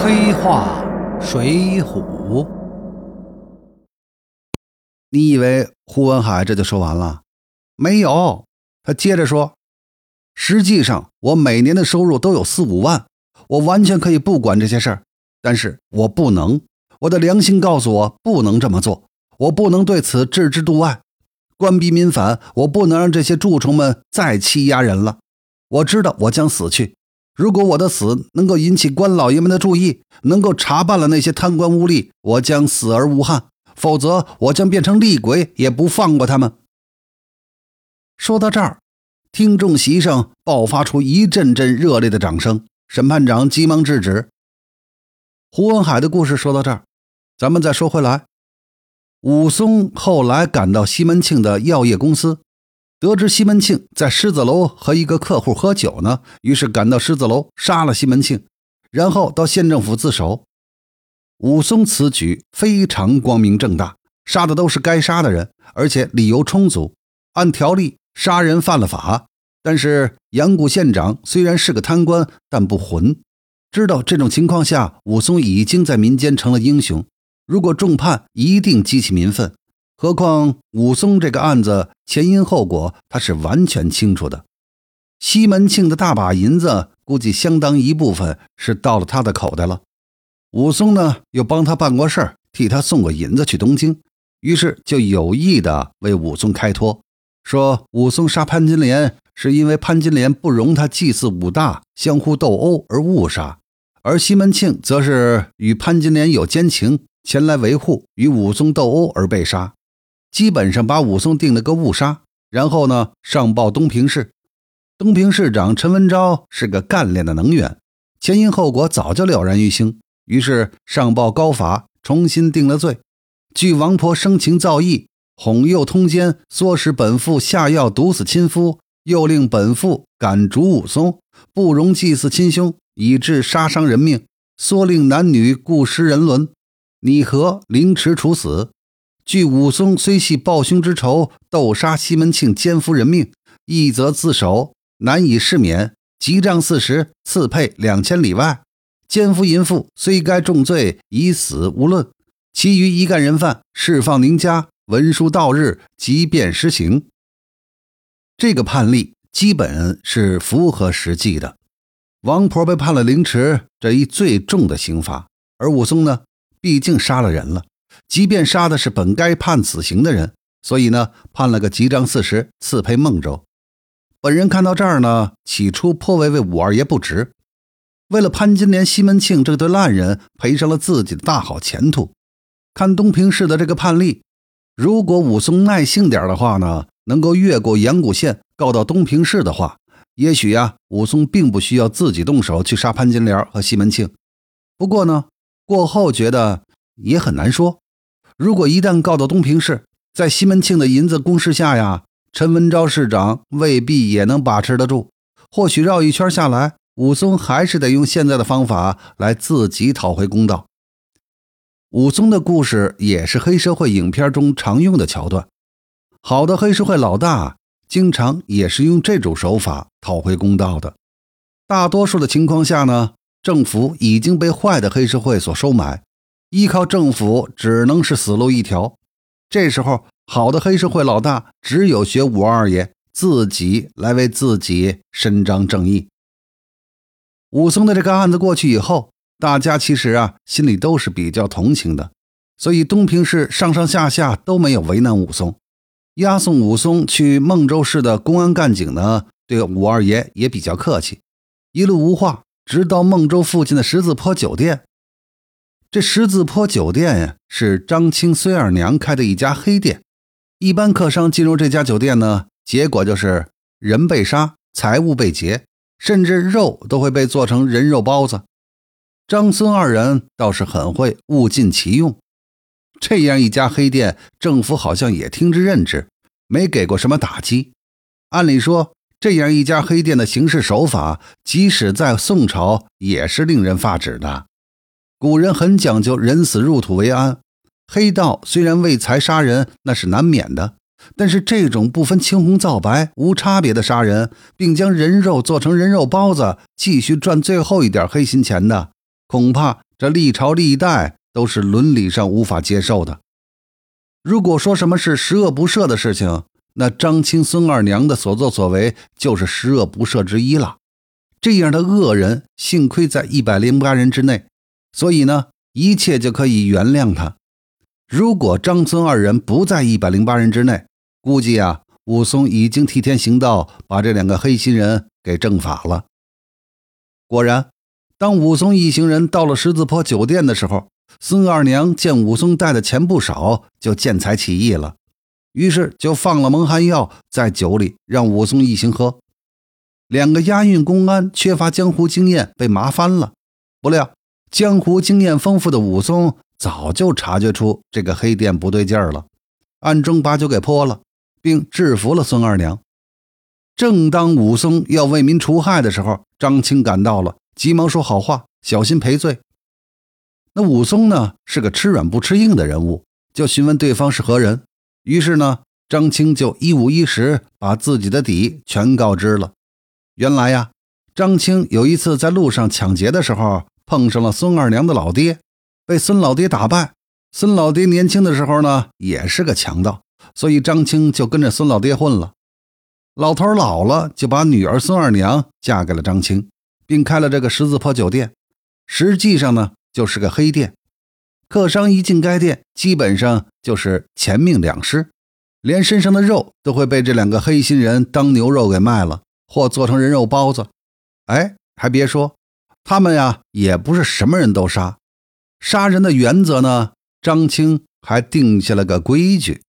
黑话水浒。你以为胡文海这就说完了？没有，他接着说，实际上我每年的收入都有4-5万，我完全可以不管这些事儿，但是我不能，我的良心告诉我不能这么做，我不能对此置之度外。关闭民反，我不能让这些蛀虫们再欺压人了。我知道我将死去，如果我的死能够引起官老爷们的注意，能够查办了那些贪官污吏，我将死而无憾，否则我将变成厉鬼，也不放过他们。说到这儿，听众席上爆发出一阵阵热烈的掌声，审判长急忙制止。胡文海的故事说到这儿，咱们再说回来。武松后来赶到西门庆的药业公司，得知西门庆在狮子楼和一个客户喝酒呢，于是赶到狮子楼杀了西门庆，然后到县政府自首。武松此举非常光明正大，杀的都是该杀的人，而且理由充足。按条例，杀人犯了法，但是阳谷县长虽然是个贪官，但不混。知道这种情况下，武松已经在民间成了英雄，如果重判一定激起民愤。何况武松这个案子前因后果他是完全清楚的，西门庆的大把银子估计相当一部分是到了他的口袋了。武松呢又帮他办过事儿，替他送过银子去东京，于是就有意的为武松开脱，说武松杀潘金莲是因为潘金莲不容他祭祀武大相互斗殴而误杀，而西门庆则是与潘金莲有奸情，前来维护，与武松斗殴而被杀，基本上把武松定了个误杀。然后呢上报东平市，东平市长陈文昭是个干练的能员，前因后果早就了然于心，于是上报高法，重新定了罪。据王婆生情造意，哄诱通奸，唆使本妇下药毒死亲夫，又令本妇赶逐武松，不容祭祀亲兄，以致杀伤人命，唆令男女故失人伦，拟合凌迟处死。据武松虽系报兄之仇，斗杀西门庆奸夫人命，一则自首，难以释免，急杖40，赐配2000里外。奸夫淫妇虽该重罪，以死无论，其余一干人犯释放宁家，文书到日，即便施行。这个判例基本是符合实际的。王婆被判了凌迟这一最重的刑罚，而武松呢毕竟杀了人了，即便杀的是本该判死刑的人，所以呢判了个急杖40，赐配孟州。本人看到这儿呢，起初颇为武二爷不值，为了潘金莲西门庆这对烂人赔上了自己的大好前途。看东平市的这个判例，如果武松耐性点的话呢，能够越过阳谷县告到东平市的话，也许武松并不需要自己动手去杀潘金莲和西门庆。不过呢过后觉得也很难说，如果一旦告到东平市，在西门庆的银子攻势下陈文昭市长未必也能把持得住，或许绕一圈下来，武松还是得用现在的方法来自己讨回公道。武松的故事也是黑社会影片中常用的桥段，好的黑社会老大经常也是用这种手法讨回公道的。大多数的情况下呢，政府已经被坏的黑社会所收买，依靠政府只能是死路一条。这时候好的黑社会老大只有学武二爷，自己来为自己伸张正义。武松的这个案子过去以后，大家其实心里都是比较同情的，所以东平市上上下下都没有为难武松。押送武松去孟州市的公安干警呢，对武二爷也比较客气，一路无话，直到孟州附近的十字坡酒店。这十字坡酒店是张青孙二娘开的一家黑店，一般客商进入这家酒店呢，结果就是人被杀，财物被劫，甚至肉都会被做成人肉包子。张孙二人倒是很会物尽其用，这样一家黑店，政府好像也听之任之，没给过什么打击。按理说，这样一家黑店的行事手法，即使在宋朝也是令人发指的。古人很讲究人死入土为安，黑道虽然为财杀人，那是难免的，但是这种不分青红皂白无差别的杀人，并将人肉做成人肉包子继续赚最后一点黑心钱的，恐怕这历朝历代都是伦理上无法接受的。如果说什么是十恶不赦的事情，那张青孙二娘的所作所为就是十恶不赦之一了。这样的恶人幸亏在108人之内，所以呢，一切就可以原谅他。如果张孙二人不在108人之内，估计啊，武松已经替天行道，把这两个黑心人给正法了。果然，当武松一行人到了十字坡酒店的时候，孙二娘见武松带的钱不少，就见财起意了，于是就放了蒙汗药在酒里，让武松一行喝。两个押运公安缺乏江湖经验，被麻翻了。不料江湖经验丰富的武松早就察觉出这个黑店不对劲儿了，暗中把酒给泼了，并制服了孙二娘。正当武松要为民除害的时候，张青赶到了，急忙说好话，小心赔罪。那武松呢，是个吃软不吃硬的人物，就询问对方是何人。于是呢，张青就一五一十把自己的底全告知了。原来呀，张青有一次在路上抢劫的时候，碰上了孙二娘的老爹，被孙老爹打败。孙老爹年轻的时候呢，也是个强盗，所以张青就跟着孙老爹混了。老头老了，就把女儿孙二娘嫁给了张青，并开了这个十字坡酒店。实际上呢，就是个黑店。客商一进该店，基本上就是钱命两失，连身上的肉都会被这两个黑心人当牛肉给卖了，或做成人肉包子。还别说，他们呀也不是什么人都杀。杀人的原则呢，张青还定下了个规矩。